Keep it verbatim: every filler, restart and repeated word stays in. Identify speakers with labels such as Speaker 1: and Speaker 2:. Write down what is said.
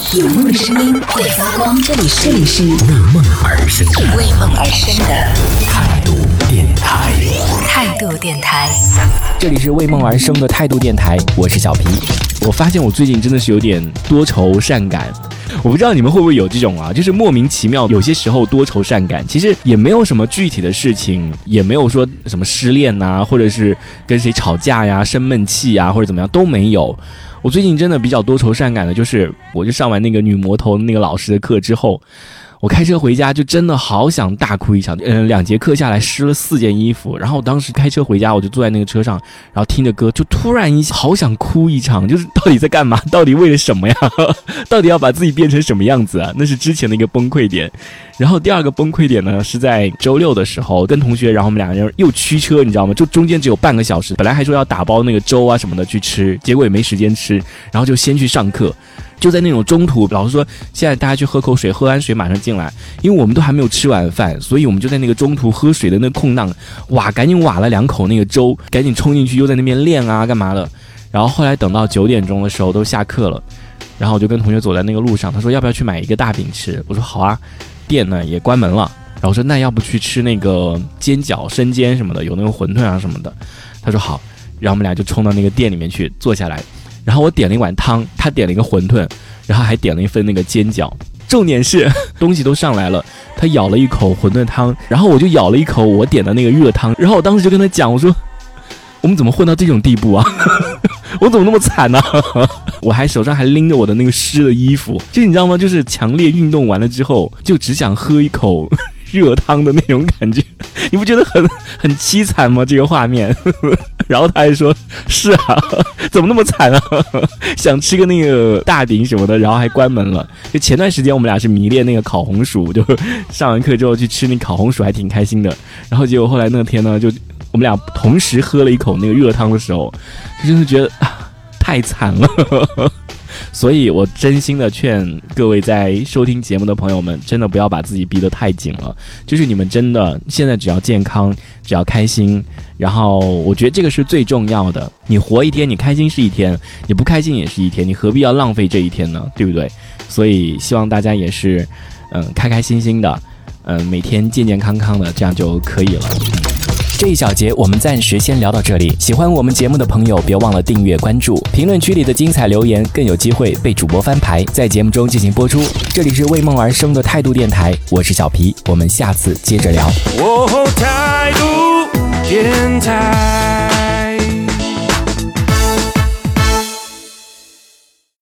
Speaker 1: 有梦的声音会发光，这里是这里是
Speaker 2: 为梦而生的
Speaker 1: 为梦而生的
Speaker 2: 态度电台。
Speaker 1: 态度电台，
Speaker 3: 这里是为梦而生的态度电台，我是小皮。我发现我最近真的是有点多愁善感，我不知道你们会不会有这种啊，就是莫名其妙，有些时候多愁善感，其实也没有什么具体的事情，也没有说什么失恋呐、啊，或者是跟谁吵架呀、生闷气呀，或者怎么样都没有。我最近真的比较多愁善感的，就是我就上完那个女魔头那个老师的课之后，我开车回家就真的好想大哭一场。嗯，两节课下来湿了四件衣服，然后我当时开车回家，我就坐在那个车上，然后听着歌，就突然一好想哭一场，就是到底在干嘛？到底为了什么呀？到底要把自己变成什么样子啊？那是之前的一个崩溃点。然后第二个崩溃点呢，是在周六的时候跟同学，然后我们两个人又驱车，你知道吗？就中间只有半个小时，本来还说要打包那个粥啊什么的去吃，结果也没时间吃，然后就先去上课。就在那种中途，老师说现在大家去喝口水，喝完水马上进来，因为我们都还没有吃晚饭，所以我们就在那个中途喝水的那个空档，哇，赶紧挖了两口那个粥，赶紧冲进去，又在那边练啊干嘛的。然后后来等到九点钟的时候都下课了，然后我就跟同学走在那个路上，他说要不要去买一个大饼吃？我说好啊，店呢也关门了。然后我说那要不去吃那个煎饺、生煎什么的，有那个馄饨啊什么的。他说好，然后我们俩就冲到那个店里面去坐下来。然后我点了一碗汤，他点了一个馄饨，然后还点了一份那个煎饺。重点是东西都上来了，他舀了一口馄饨汤，然后我就舀了一口我点的那个热汤。然后我当时就跟他讲，我说我们怎么混到这种地步啊？我怎么那么惨呢、啊？我还手上还拎着我的那个湿的衣服，就你知道吗？就是强烈运动完了之后，就只想喝一口热汤的那种感觉，你不觉得很很凄惨吗？这个画面。然后他还说是啊，怎么那么惨啊？想吃个那个大饼什么的，然后还关门了。就前段时间我们俩是迷恋那个烤红薯，就上完课之后去吃那烤红薯还挺开心的。然后结果后来那天呢，就我们俩同时喝了一口那个热汤的时候，就真的觉得、啊、太惨了。所以我真心的劝各位在收听节目的朋友们，真的不要把自己逼得太紧了。就是你们真的现在只要健康，只要开心，然后我觉得这个是最重要的。你活一天，你开心是一天，你不开心也是一天，你何必要浪费这一天呢？对不对？所以希望大家也是嗯开开心心的，嗯每天健健康康的，这样就可以了。这一小节我们暂时先聊到这里，喜欢我们节目的朋友别忘了订阅关注，评论区里的精彩留言更有机会被主播翻牌，在节目中进行播出。这里是为梦而生的态度电台，我是小皮，我们下次接着聊。
Speaker 4: 哦，态度电台。